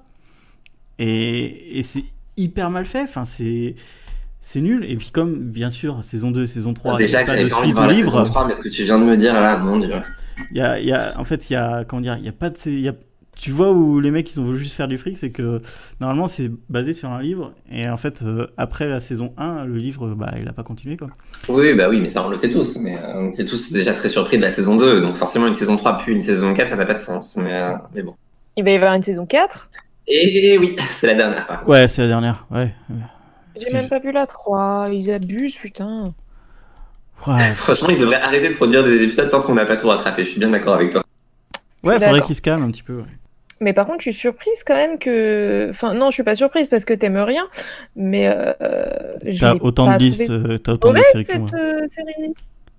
Et, et c'est hyper mal fait. Enfin, c'est, c'est nul. Et puis, comme, bien sûr, saison deux, saison trois, Déjà il que n'y a pas j'avais de pas envie de suite voir au la livre. saison trois, mais ce que tu viens de me dire là, mon dieu. Il y a, il y a, en fait, il y a, comment dire, il y a pas de, il y a, tu vois où les mecs, ils ont voulu juste faire du fric, c'est que, normalement, c'est basé sur un livre. Et en fait, euh, après la saison un, le livre, bah, il a pas continué, quoi. Oui, bah oui, mais ça on le sait tous. Mais euh, on était tous déjà très surpris de la saison deux, donc forcément une saison trois puis une saison quatre, ça n'a pas de sens. Mais, euh, mais bon. Il va y avoir une saison quatre. Et oui, c'est la dernière par contre. Ouais, c'est la dernière, ouais. J'ai même pas vu la trois. Ils abusent, putain. Ouais, Franchement, ils devraient arrêter de produire des épisodes tant qu'on n'a pas tout rattrapé. Je suis bien d'accord avec toi. ouais, faudrait D'accord. qu'il se calme un petit peu, ouais. Mais par contre, je suis surprise quand même que. Enfin, non, je suis pas surprise parce que t'aimes rien. Mais. Euh, je T'as l'ai autant pas de listes, trouvé euh, t'as autant de mauvaise, séries que moi. cette euh, série.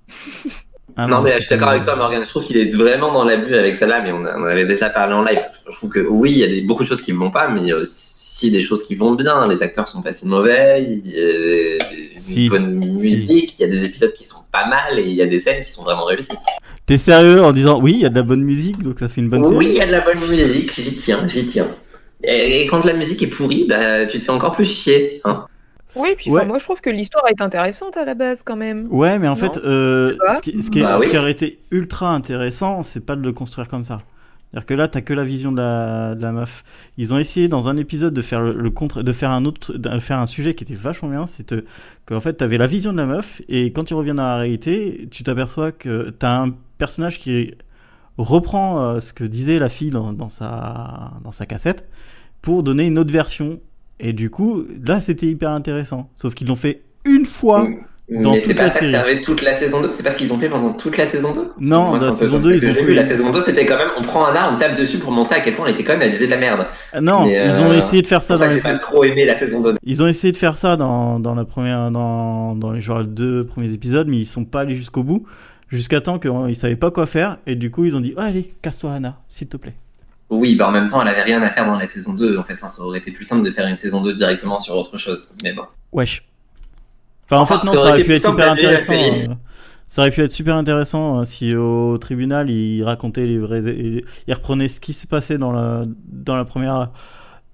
Ah non, mais je suis c'était- d'accord avec toi, Morgan. Je trouve qu'il est vraiment dans l'abus avec celle-là, mais on, a- on en avait déjà parlé en live. Je trouve que oui, il y a des, beaucoup de choses qui ne vont pas, mais il y a aussi des choses qui vont bien. Les acteurs sont pas si mauvais, il y a des- une Si. bonne musique, il y a des épisodes qui sont pas mal et il y a des scènes qui sont vraiment réussies. T'es sérieux en disant oui, il y a de la bonne musique, donc ça fait une bonne série. Oui, il y a de la bonne musique, j'y tiens, j'y tiens. Et, et quand la musique est pourrie, bah, tu te fais encore plus chier. Hein. Oui, puis Ouais. enfin, moi je trouve que l'histoire est intéressante à la base quand même. Ouais, mais en Non. fait, euh, Je sais pas. ce, qui, ce, qui est- Bah ce oui. qui aurait été ultra intéressant, c'est pas de le construire comme ça. C'est-à-dire que là, t'as que la vision de la, de la meuf. Ils ont essayé dans un épisode de faire le, le contre, de faire un autre, de faire un sujet qui était vachement bien. C'est te- qu'en fait, t'avais la vision de la meuf et quand tu reviens dans la réalité, tu t'aperçois que t'as un personnage qui reprend euh, ce que disait la fille dans, dans sa, dans sa cassette pour donner une autre version. Et du coup, là, c'était hyper intéressant. Sauf qu'ils l'ont fait une fois. Dans mais toute c'est pas la ça que série. servait toute la saison deux, c'est pas ce qu'ils ont fait pendant toute la saison deux. Non, Moi, dans la c'est un peu saison comme deux, ça ils que ont j'ai pris- vu. La saison deux, c'était quand même, on prend un arbre, on tape dessus pour montrer à quel point elle était conne, elle disait de la merde. Ah non, Mais, ils euh, ont essayé de faire C'est ça pour ça dans que les... j'ai pas trop aimé la saison deux. Ils ont essayé de faire ça dans, dans la première, dans, dans les genre, deux premiers épisodes, mais ils sont pas allés jusqu'au bout, jusqu'à temps qu'ils savaient pas quoi faire, et du coup ils ont dit oh, allez, casse-toi Anna, s'il te plaît. Oui, bah en même temps, elle avait rien à faire dans la saison deux. En fait, enfin, ça aurait été plus simple de faire une saison deux directement sur autre chose. Mais bon. Wesh. Enfin, en Enfin, fait, non, ça ça aurait aurait été pu plus être simple super d'annuler la intéressant. série. euh, Ça aurait pu être super intéressant euh, si au tribunal ils racontaient les vrais, ils reprenaient ce qui se passait dans la dans la première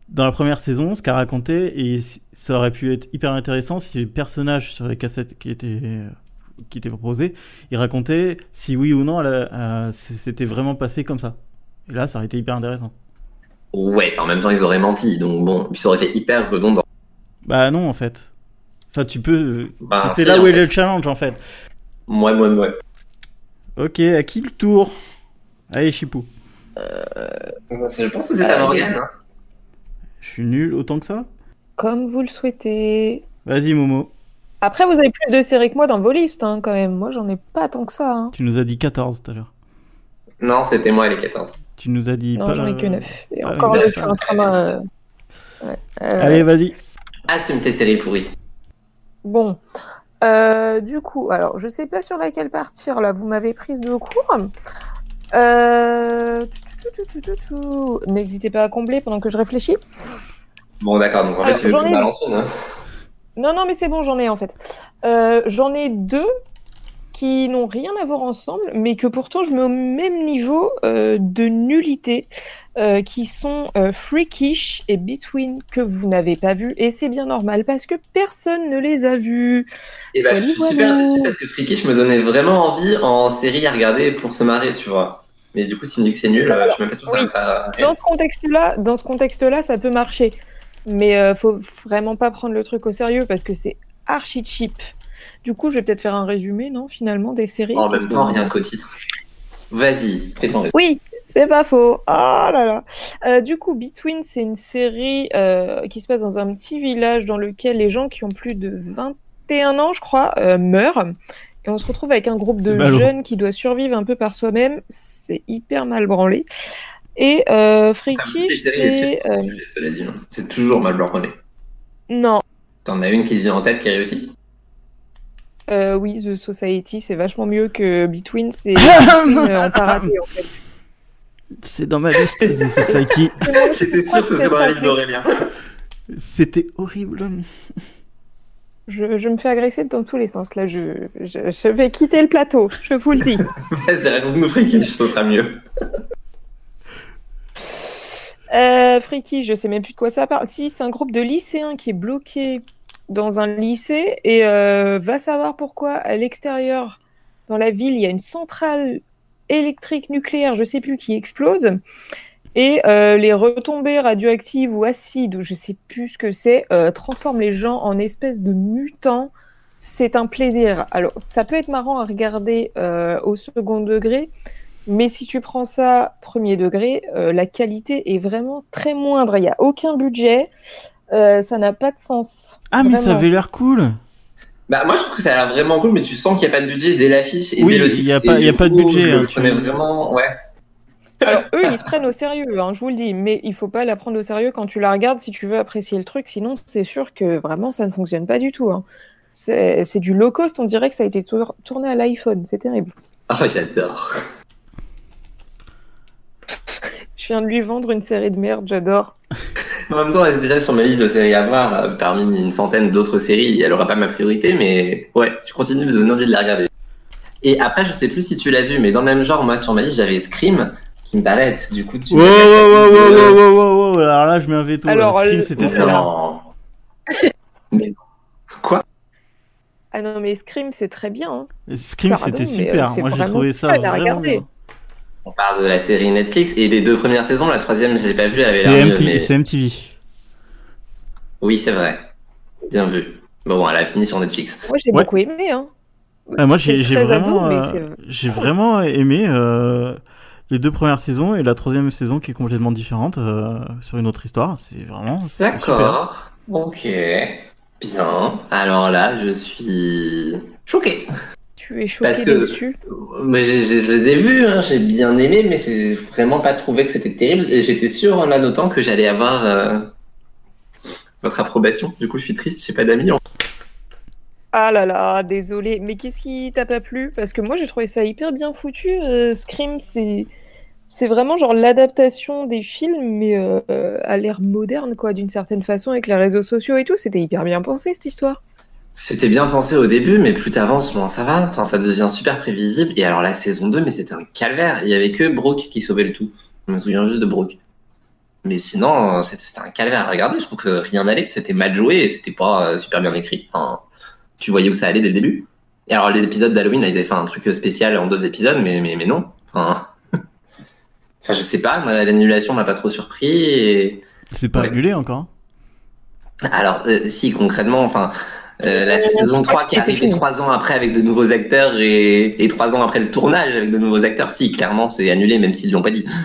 dans la première saison, ce qu'a raconté, et ça aurait pu être hyper intéressant si les personnages sur les cassettes qui étaient, qui étaient proposés, ils racontaient si oui ou non euh, c'était vraiment passé comme ça. Et là, ça aurait été hyper intéressant. Ouais, en même temps, ils auraient menti, donc bon, puis ça aurait été hyper redondant. Bah non, en fait. Enfin, tu peux... Bah, c'est, c'est là où est le challenge, en fait. Moi, moi, moi. Ok, à qui le tour? Allez, Chipou. Euh... Je pense que c'est à Morgane. Hein. Je suis nul autant que ça? Comme vous le souhaitez. Vas-y, Momo. Après, vous avez plus de séries que moi dans vos listes, hein, quand même. Moi, j'en ai pas tant que ça. Hein. Tu nous as dit quatorze tout à l'heure. Non, c'était moi les quatorze. Tu nous as dit non, pas... j'en ai que neuf. Et ah, encore oui, là, je suis en train de... Ouais. Euh... Allez, vas-y. Assume tes séries pourries. Bon. Euh, du coup, alors, je sais pas sur laquelle partir, là. Vous m'avez prise de court. Euh... N'hésitez pas à combler pendant que je réfléchis. Bon, d'accord. Donc, en fait, tu veux que je balance une, hein. Non, non, mais c'est bon, j'en ai, en fait. Euh, j'en ai deux qui n'ont rien à voir ensemble, mais que pourtant, je mets au même niveau euh, de nullité, euh, qui sont euh, Freakish et Between, que vous n'avez pas vu, et c'est bien normal, parce que personne ne les a vus. Et bah, je suis super déçu, parce que Freakish me donnait vraiment envie en série à regarder pour se marrer, tu vois. Mais du coup, s'il me dit que c'est nul, euh, je suis même pas sûr que oui. ça va faire... Dans ce contexte-là, dans ce contexte-là, ça peut marcher. Mais euh, faut vraiment pas prendre le truc au sérieux parce que c'est archi cheap. Du coup, je vais peut-être faire un résumé, non, finalement, des séries. En même temps, rien qu'au titre. Vas-y, fais ton résumé. Oui, c'est pas faux. Oh là là. Euh, du coup, Between, c'est une série euh, qui se passe dans un petit village dans lequel les gens qui ont plus de vingt et un ans, je crois, euh, meurent. Et on se retrouve avec un groupe de jeunes qui doit survivre un peu par soi-même. C'est hyper mal branlé. Et euh, Freakish, c'est... Euh... Cela dit, non. C'est toujours mal branlé. Non. T'en as une qui te vient en tête qui réussit? euh, Oui, The Society, c'est vachement mieux que Between. C'est Between en paraté, en fait. C'est dans ma liste, The Society. J'étais sûr que ce serait dans la liste d'Aurélien. C'était horrible. Je, je me fais agresser dans tous les sens. Là, je, je, je vais quitter le plateau, je vous le dis. Vas-y, raconte-nous Freakish, ce sera mieux. Euh, Freakish, je sais même plus de quoi ça parle. Si, c'est un groupe de lycéens qui est bloqué dans un lycée et euh, va savoir pourquoi à l'extérieur, dans la ville, il y a une centrale électrique nucléaire, je sais plus, qui explose. Et euh, les retombées radioactives ou acides, ou je sais plus ce que c'est, euh, transforment les gens en espèces de mutants. C'est un plaisir. Alors, ça peut être marrant à regarder euh, au second degré, mais si tu prends ça premier degré, euh, la qualité est vraiment très moindre. Il n'y a aucun budget, euh, ça n'a pas de sens. Ah, mais vraiment. Ça avait l'air cool. Bah, moi, je trouve que ça a l'air vraiment cool, mais tu sens qu'il n'y a pas de budget dès l'affiche et oui, dès le titre. Il n'y a pas, y a pas de budget. Je hein, le prenais tu... vraiment, ouais. Alors, eux, ils se prennent au sérieux, hein, je vous le dis, mais il faut pas la prendre au sérieux quand tu la regardes si tu veux apprécier le truc, sinon c'est sûr que vraiment ça ne fonctionne pas du tout. Hein. C'est, c'est du low cost, on dirait que ça a été tour- tourné à l'iPhone, c'est terrible. Oh, j'adore. Je viens de lui vendre une série de merde, j'adore. En même temps, elle est déjà sur ma liste de séries à voir, euh, parmi une centaine d'autres séries, elle aura pas ma priorité, mais ouais, tu continues de me donner envie de la regarder. Et après, je sais plus si tu l'as vu, mais dans le même genre, moi sur ma liste, j'avais Scream. Qui me paraît être, du coup, tu wow, wow, wow, wow, wow, wow, wow, wow, alors là, je mets un veto. Alors, Scream, le... c'était très bien. Mais quoi? Ah non, mais Scream, c'est très bien. Hein. Scream, Pardon, c'était super. Euh, moi, j'ai trouvé ça vraiment bien. On parle de la série Netflix et les deux premières saisons, la troisième, je l'ai pas vue, elle avait c'est l'air M T V, mieux, mais... C'est M T V. Oui, c'est vrai. Bien vu. Bon, bon, elle a fini sur Netflix. Moi, j'ai ouais. beaucoup aimé. Hein. Ah, moi, j'ai, j'ai vraiment, ado, euh, j'ai vraiment aimé euh, les deux premières saisons et la troisième saison qui est complètement différente euh, sur une autre histoire. C'est vraiment. D'accord. Super. Ok. Bien. Alors là, je suis choqué. Tu es choqué, Parce que, déçu. Mais j'ai, j'ai, je les ai vus, hein, j'ai bien aimé, mais j'ai vraiment pas trouvé que c'était terrible. Et j'étais sûr en la notant que j'allais avoir euh, votre approbation. Du coup, je suis triste, j'ai pas d'amis. En... Ah là là, désolé. Mais qu'est-ce qui t'a pas plu? Parce que moi, j'ai trouvé ça hyper bien foutu. Euh, Scream, c'est... c'est vraiment genre l'adaptation des films, mais euh, à l'ère moderne, quoi, d'une certaine façon, avec les réseaux sociaux et tout. C'était hyper bien pensé, cette histoire. C'était bien pensé au début, mais plus t'avances, moins ça va. Enfin, ça devient super prévisible. Et alors, la saison deux, mais c'était un calvaire. Il y avait que Brooke qui sauvait le tout. Je me souviens juste de Brooke. Mais sinon, c'était, c'était un calvaire à regarder. Je trouve que rien n'allait. C'était mal joué et c'était pas euh, super bien écrit. Enfin, tu voyais où ça allait dès le début. Et alors, les épisodes d'Halloween, là, ils avaient fait un truc spécial en deux épisodes, mais, mais, mais non. Enfin, enfin, je sais pas. Moi, l'annulation m'a pas trop surpris. Et... C'est pas Ouais. annulé encore. Alors, euh, si, concrètement, enfin, euh, la Euh, saison je crois trois que qui c'est arrivait fini. trois ans après avec de nouveaux acteurs et, et trois ans après le tournage avec de nouveaux acteurs, si, clairement, c'est annulé, même s'ils l'ont pas dit.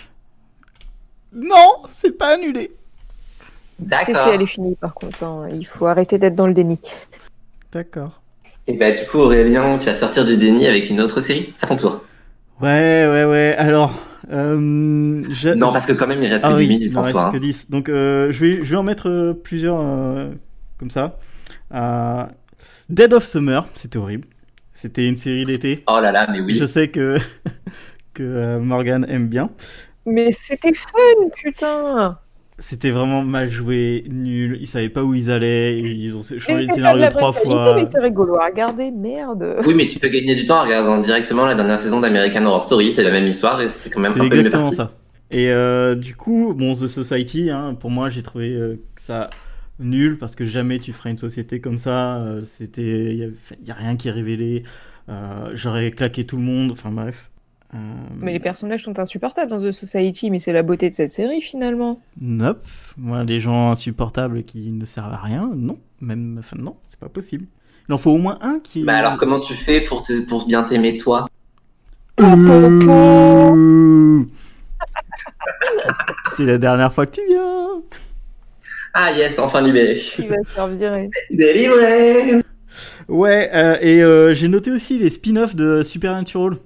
Non, c'est pas annulé. D'accord. Si, si, elle est finie par contre. Hein. Il faut arrêter d'être dans le déni. D'accord. Et bah, du coup, Aurélien, tu vas sortir du déni avec une autre série. À ton tour. Ouais, ouais, ouais. Alors, euh, je- Non, parce que quand même, il reste ah que dix oui, minutes il en en reste soi. que hein. dix. Donc, euh, je vais, je vais en mettre euh, plusieurs euh, comme ça. Euh, Dead of Summer, c'était horrible. C'était une série d'été. Oh là là, mais oui. Je sais que que euh, Morgane aime bien. Mais c'était fun, putain! C'était vraiment mal joué, nul. Ils savaient pas où ils allaient. Ils ont Mais changé c'est de pas de scénario la trois bonne qualité, fois. mais c'est rigolo à regarder, merde! Oui, mais tu peux gagner du temps en regardant directement la dernière saison d'American Horror Story. C'est la même histoire et c'était quand même C'est un peu mieux exactement parti. ça. Et euh, du coup, bon, The Society, hein, pour moi, j'ai trouvé euh, ça nul parce que jamais tu ferais une société comme ça. Euh, c'était, il y, a- y a rien qui est révélé. Euh, j'aurais claqué tout le monde. Enfin bref. Euh, Mais les personnages sont insupportables dans The Society, mais c'est la beauté de cette série finalement. Nope. Moi, les gens insupportables qui ne servent à rien, non. Même, enfin non, c'est pas possible. Il en faut au moins un qui. Bah alors, comment tu fais pour, te, pour bien t'aimer, toi? Euh, C'est la dernière fois que tu viens. Ah yes, enfin libéré. Il va se faire virer. Délivré. Ouais, euh, et euh, j'ai noté aussi les spin-offs de Supernatural.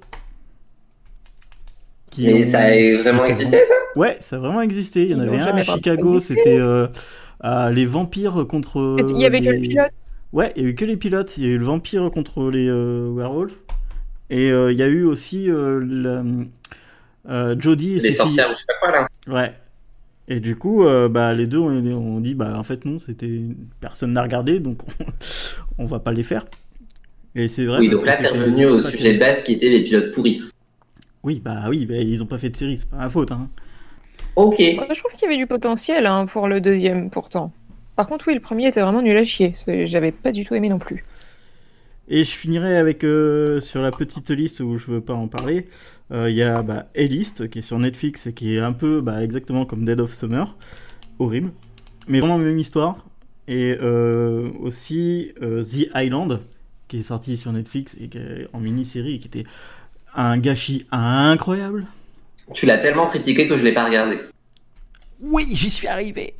Qui Mais ont- ça a vraiment c'était existé, vraiment- ça? Ouais, ça a vraiment existé. Il y en Ils avait n'ont un jamais à vraiment Chicago, existé. c'était euh, euh, les vampires contre. Il y avait que le les- pilote. Ouais, il y a eu que les pilotes. Il y a eu le vampire contre les euh, werewolves. Et euh, il y a eu aussi euh, la- euh, Jodie et Les ses filles. sorcières ou je sais pas quoi, là. Ouais. Et du coup, euh, bah, les deux, on, on dit, bah, en fait, non, c'était personne n'a regardé, donc on, on va pas les faire. Et c'est vrai. Oui, parce donc que là, t'es c'était revenu au pas sujet terrible. de base qui était les pilotes pourris. Oui, bah oui, bah, ils ont pas fait de série, c'est pas ma faute. Hein. Ok. Moi, je trouve qu'il y avait du potentiel hein, pour le deuxième pourtant. Par contre, oui, le premier était vraiment nul à chier. C'est- J'avais pas du tout aimé non plus. Et je finirai avec, euh, sur la petite liste où je veux pas en parler, euh, il y a bah, A-List qui est sur Netflix et qui est un peu bah, exactement comme Dead of Summer. Horrible. Mais vraiment même histoire. Et euh, aussi euh, The Island qui est sorti sur Netflix et qui est en mini-série et qui était un gâchis incroyable. Tu l'as tellement critiqué que je l'ai pas regardé. Oui, j'y suis arrivé.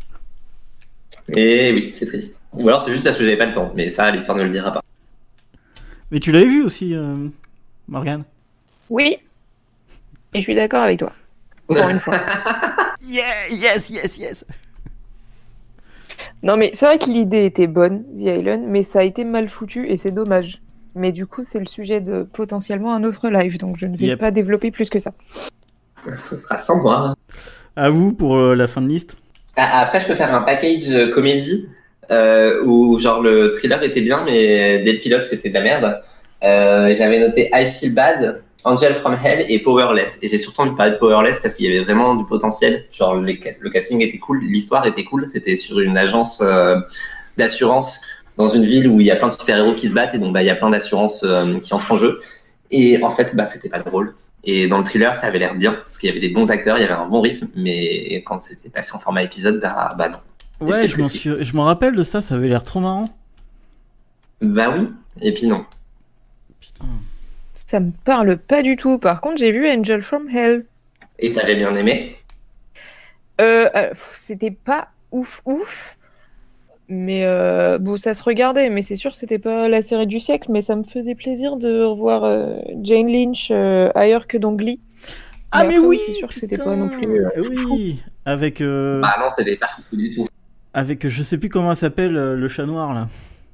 Et oui, c'est triste. Ou alors c'est juste parce que j'avais pas le temps. Mais ça, l'histoire ne le dira pas. Mais tu l'avais vu aussi, euh, Morgane? Oui, et je suis d'accord avec toi. Pour une fois. Yeah, yes, yes, yes. Non, mais c'est vrai que l'idée était bonne, The Island, mais ça a été mal foutu et c'est dommage. Mais du coup, c'est le sujet de potentiellement un autre live, donc je ne vais Yep. pas développer plus que ça. Ce sera sans moi. À vous pour euh, la fin de liste. Ah, après, je peux faire un package euh, comédie euh, où genre le thriller était bien, mais dès le pilote, c'était de la merde. Euh, J'avais noté I Feel Bad, Angel from Hell et Powerless. Et j'ai surtout envie de parler de Powerless parce qu'il y avait vraiment du potentiel. Genre les ca- le casting était cool, l'histoire était cool. C'était sur une agence euh, d'assurance dans une ville où il y a plein de super-héros qui se battent et donc bah il y a plein d'assurances euh, qui entrent en jeu. Et en fait, bah c'était pas drôle. Et dans le thriller, ça avait l'air bien parce qu'il y avait des bons acteurs, il y avait un bon rythme, mais quand c'était passé en format épisode, bah bah non. Et Ouais, j'étais je très m'en triste. suis... je m'en rappelle de ça, ça avait l'air trop marrant. Bah oui, et puis non. Putain. Ça me parle pas du tout. Par contre, j'ai vu Angel from Hell. Et t'avais bien aimé? Euh, euh, pff, c'était pas ouf ouf, mais euh, bon, ça se regardait. Mais c'est sûr, c'était pas la série du siècle, mais ça me faisait plaisir de revoir euh, Jane Lynch euh, ailleurs que dans Glee. Ah Mais mais après, oui, c'est sûr que c'était putain. pas non plus, euh, Oui, avec euh, Bah non, c'était pas fou du tout. avec je sais plus comment elle s'appelle euh, le chat noir là,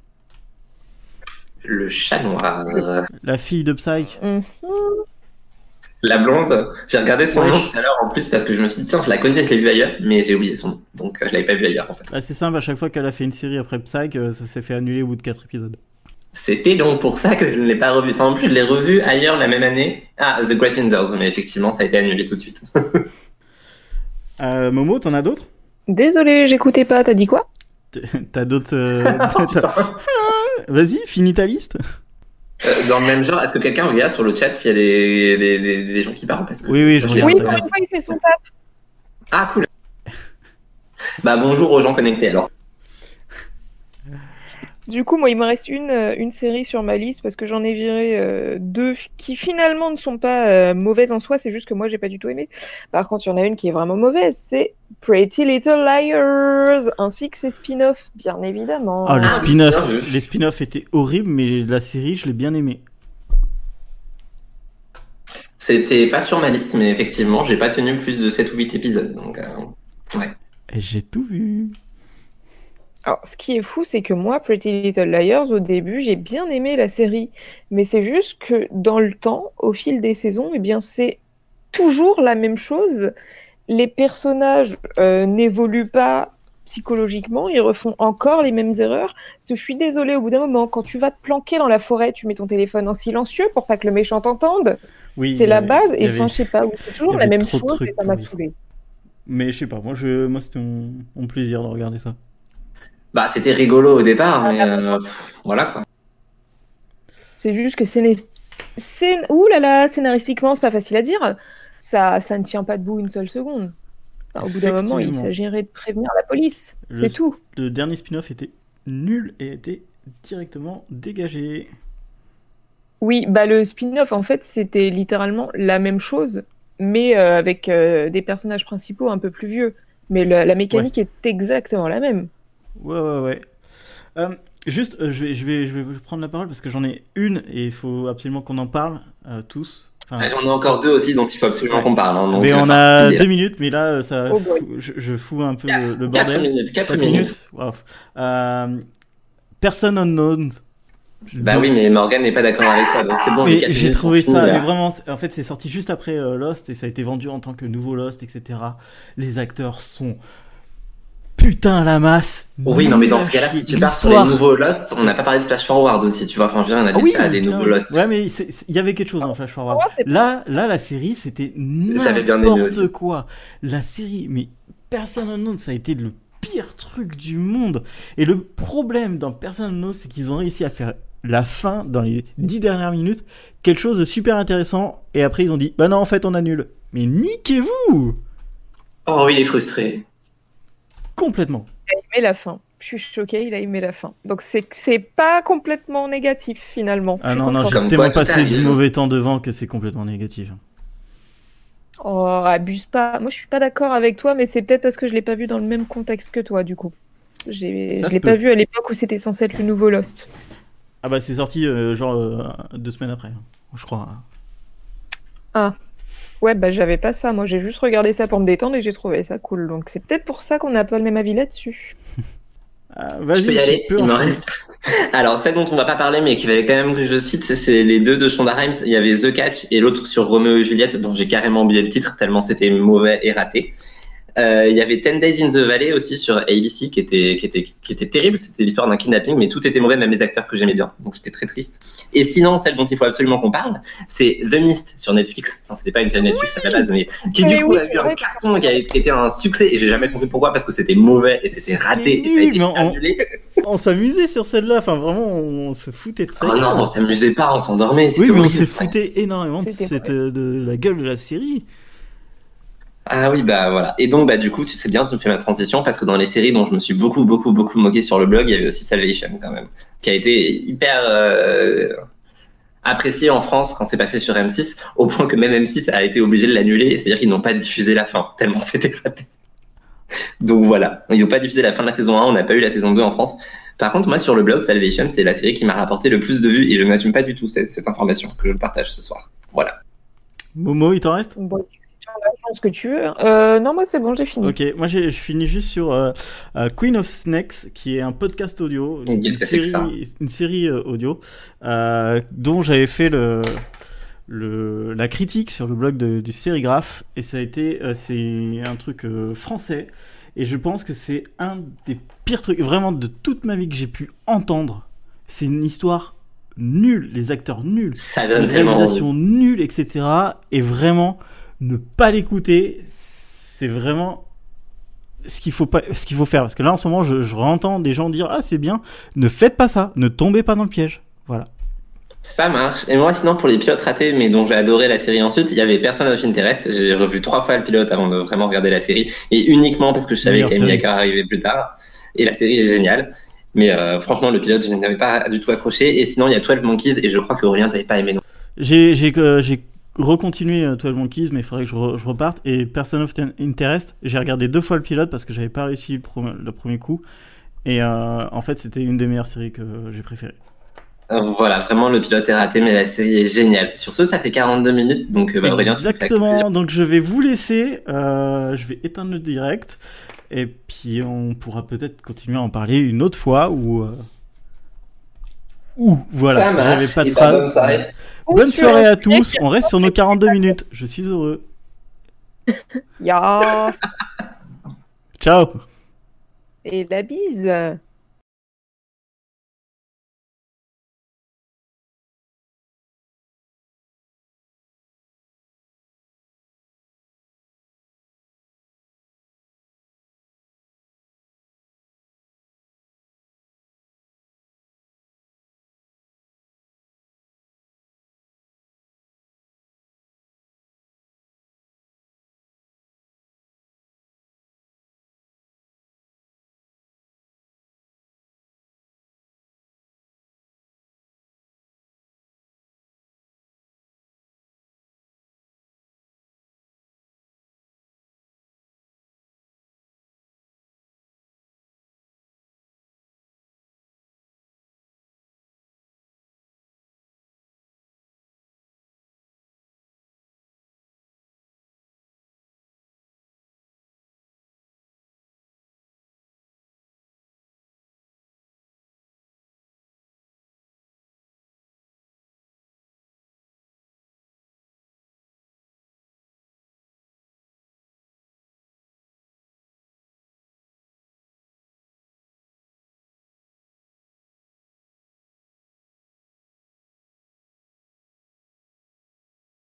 Le chat noir. la fille de Psyche. Mhm. La blonde. J'ai regardé son Ouais. nom tout à l'heure en plus parce que je me suis dit, tiens, je la connais, je l'ai vue ailleurs, mais j'ai oublié son nom. Donc euh, je l'avais pas vue ailleurs en fait. Ah, c'est simple, à chaque fois qu'elle a fait une série après Psyche, euh, ça s'est fait annuler au bout de quatre épisodes. C'était donc pour ça que je ne l'ai pas revu. Enfin, en plus, je l'ai revu ailleurs la même année. Ah, The Great Indoors, mais effectivement, ça a été annulé tout de suite. Euh, Momo, t'en as d'autres? Désolé, j'écoutais pas, t'as dit quoi? T'as d'autres... Euh... t'as... Vas-y, finis ta liste. Dans le même genre, est-ce que quelqu'un regarde sur le chat s'il y a des, des, des, des gens qui parlent parce que Oui, oui, je regarde. Oui, pour une fois, il fait son taf. Ah, cool. Bah, bonjour aux gens connectés alors. Du coup, moi, il me reste une, une série sur ma liste parce que j'en ai viré euh, deux qui finalement ne sont pas euh, mauvaises en soi, c'est juste que moi, j'ai pas du tout aimé. Par contre, il y en a une qui est vraiment mauvaise, c'est Pretty Little Liars, ainsi que ses spin-offs, bien évidemment. Ah, les Ah, spin-offs, bien vu. les spin-offs étaient horribles, mais la série, je l'ai bien aimée. C'était pas sur ma liste, mais effectivement, j'ai pas tenu plus de sept ou huit épisodes. Donc, euh, ouais. Et j'ai tout vu. Alors, ce qui est fou, c'est que moi, Pretty Little Liars, au début, j'ai bien aimé la série. Mais c'est juste que dans le temps, au fil des saisons, eh bien, c'est toujours la même chose. Les personnages euh, n'évoluent pas psychologiquement, ils refont encore les mêmes erreurs. Parce que je suis désolée, au bout d'un moment, quand tu vas te planquer dans la forêt, tu mets ton téléphone en silencieux pour pas que le méchant t'entende. Oui, C'est il y la avait- base, il y et avait- enfin, je sais pas, oui, c'est toujours il y la avait même trop de chose, trucs et ça m'a pourris. saoulée. Mais je sais pas, moi, je... moi c'était mon... mon plaisir de regarder ça. Bah, c'était rigolo au départ, mais euh, pff, voilà quoi. C'est juste que c'est... c'est... Ouh là là, scénaristiquement, c'est pas facile à dire. Ça, ça ne tient pas debout une seule seconde. Enfin, au bout d'un moment, il Effectivement. s'agirait de prévenir la police. Le C'est sp- tout. Le dernier spin-off était nul et était directement dégagé. Oui, bah le spin-off, en fait, c'était littéralement la même chose, mais euh, avec euh, des personnages principaux un peu plus vieux. Mais la, la mécanique est exactement la même. Ouais, ouais, ouais. Euh, juste, euh, je, vais, je, vais, je vais prendre la parole parce que j'en ai une et il faut absolument qu'on en parle euh, tous. Enfin, Ah, J'en ai encore deux aussi dont il faut absolument Ouais. qu'on parle. Hein, donc, mais euh, on enfin, a speeder. deux minutes, mais là, ça, Oh boy. fou- je, je fous un peu Quatre- le Quatre bordel. minutes, quatre Quatre minutes. Wow. Euh, Person Unknown. Bah oui, mais Morgan n'est pas d'accord avec toi, donc c'est bon. les Mais quatre j'ai minutes trouvé sont ça, finies, mais là. vraiment, c'est- en fait, c'est sorti juste après euh, Lost et ça a été vendu en tant que nouveau Lost, et cetera. Les acteurs sont putain à la masse. Oui, non, mais dans Nul ce à cas-là, chier. si tu pars sur les L'histoire- nouveaux Lost, on n'a pas parlé de Flash Forward aussi, tu vois. Enfin, je veux dire, on a Ah des oui, tas des putain. nouveaux Lost. Ouais, mais c'est- c'est- il y avait quelque chose dans Flash Forward. Ouais, c'est Là, là, la série, c'était J'avais bien aimé n'importe aussi. quoi. La série, mais Person Unknown, ça a été le pire truc du monde. Et le problème dans Person Unknown, c'est qu'ils ont réussi à faire la fin dans les dix dernières minutes, quelque chose de super intéressant. Et après, ils ont dit, bah non, en fait, on annule. Mais niquez-vous Oh oui, il est frustré. complètement. Il a aimé la fin. Je suis choquée, il a aimé la fin. Donc c'est que c'est pas complètement négatif finalement. Je Ah suis non, non, contente. j'ai Comme tellement quoi, tout passé du arrive. mauvais temps devant que c'est complètement négatif. Oh, abuse pas. Moi, je suis pas d'accord avec toi, mais c'est peut-être parce que je l'ai pas vu dans le même contexte que toi, du coup. J'ai... Ça Je se l'ai peut. pas vu à l'époque où c'était censé être le nouveau Lost. Ah bah c'est sorti euh, genre euh, deux semaines après, je crois. Ouais, bah j'avais pas ça. Moi, j'ai juste regardé ça pour me détendre et j'ai trouvé ça cool. Donc c'est peut-être pour ça qu'on n'a pas le même avis là-dessus. Ah, Je vas-y, peux y tu aller, peux il me enchaîner. reste. Alors, celle dont on va pas parler, mais qu'il fallait quand même que je cite, c'est- c'est les deux de Shonda Rhimes. Il y avait The Catch et l'autre sur Romeo et Juliette, dont j'ai carrément oublié le titre, tellement c'était mauvais et raté. Euh, il y avait Ten Days in the Valley aussi sur A B C qui était, qui était, qui était terrible. C'était l'histoire d'un kidnapping, mais tout était mauvais, même les acteurs que j'aimais bien. Donc j'étais très triste. Et sinon, celle dont il faut absolument qu'on parle, c'est The Mist sur Netflix. Enfin, c'était pas une série Netflix à la base, mais qui du Mais coup oui, a c'est eu un vrai. carton qui a été un succès. Et j'ai jamais compris pourquoi, parce que c'était mauvais et c'était raté et ça a nul, été mais on- annulé. On s'amusait sur celle-là, enfin vraiment, on se foutait de ça. Oh non, on s'amusait pas, on s'endormait. Oui, c'était mais on horrible. s'est fouté énormément de, C'était cette, euh, de la gueule de la série. Ah oui, bah voilà. Et donc, bah du coup, tu sais bien, tu me fais ma transition parce que dans les séries dont je me suis beaucoup, beaucoup, beaucoup moqué sur le blog, il y avait aussi Salvation quand même, qui a été hyper euh, apprécié en France quand c'est passé sur M six, au point que même M six a été obligé de l'annuler, c'est-à-dire qu'ils n'ont pas diffusé la fin, tellement c'était raté. Donc voilà, ils n'ont pas diffusé la fin de la saison un, on n'a pas eu la saison deux en France. Par contre, moi sur le blog, Salvation, c'est la série qui m'a rapporté le plus de vues et je n'assume pas du tout cette, cette information que je partage ce soir. Voilà. Momo, il t'en reste? Bon, tu tu en as ce que tu veux. Euh, non, moi c'est bon, j'ai fini. Ok, moi j'ai- je finis juste sur euh, euh, Queen of Snakes, qui est un podcast audio, Et une qu'est-ce que c'est que ça série, une série euh, audio, euh, dont j'avais fait le, le, la critique sur le blog de, du Sérigraphe, et ça a été, euh, c'est un truc euh, français, et je pense que c'est un des pires trucs, vraiment de toute ma vie que j'ai pu entendre. C'est une histoire nulle, les acteurs nuls, Ça donne tellement envie. réalisation nulle, et cetera. Et vraiment, ne pas l'écouter, c'est vraiment ce qu'il faut pas, ce qu'il faut faire. Parce que là, en ce moment, je, je entends des gens dire ah c'est bien, ne faites pas ça, ne tombez pas dans le piège. Voilà. Ça marche. Et moi, sinon, pour les pilotes ratés, mais dont j'ai adoré la série ensuite, il y avait Person of Interest. J'ai revu trois fois le pilote avant de vraiment regarder la série, et uniquement parce que je savais qu'Amy Acker arrivait plus tard. Et la série est géniale. Mais euh, franchement, le pilote, je n'avais pas du tout accroché. Et sinon, il y a douze Monkeys, et je crois que Aurélien t'avait pas aimé non. J'ai j'ai euh, j'ai recontinué euh, douze Monkeys, mais il faudrait que je, re, je reparte. Et Person of Interest, j'ai regardé deux fois le pilote parce que j'avais pas réussi le, pro- le premier coup. Et euh, en fait, c'était une des meilleures séries que j'ai préférées. Euh, voilà, vraiment, le pilote est raté, mais la série est géniale. Sur ce, ça fait quarante-deux minutes, donc euh, bah, Aurélien, exactement. Donc je vais vous laisser. Euh, je vais éteindre le direct. Et puis on pourra peut-être continuer à en parler une autre fois ou euh... ou voilà. J'avais pas de phrase. Bonne soirée. Bonne soirée à tous. On reste sur nos quarante-deux minutes. Je suis heureux. Yes. Ciao. Et la bise.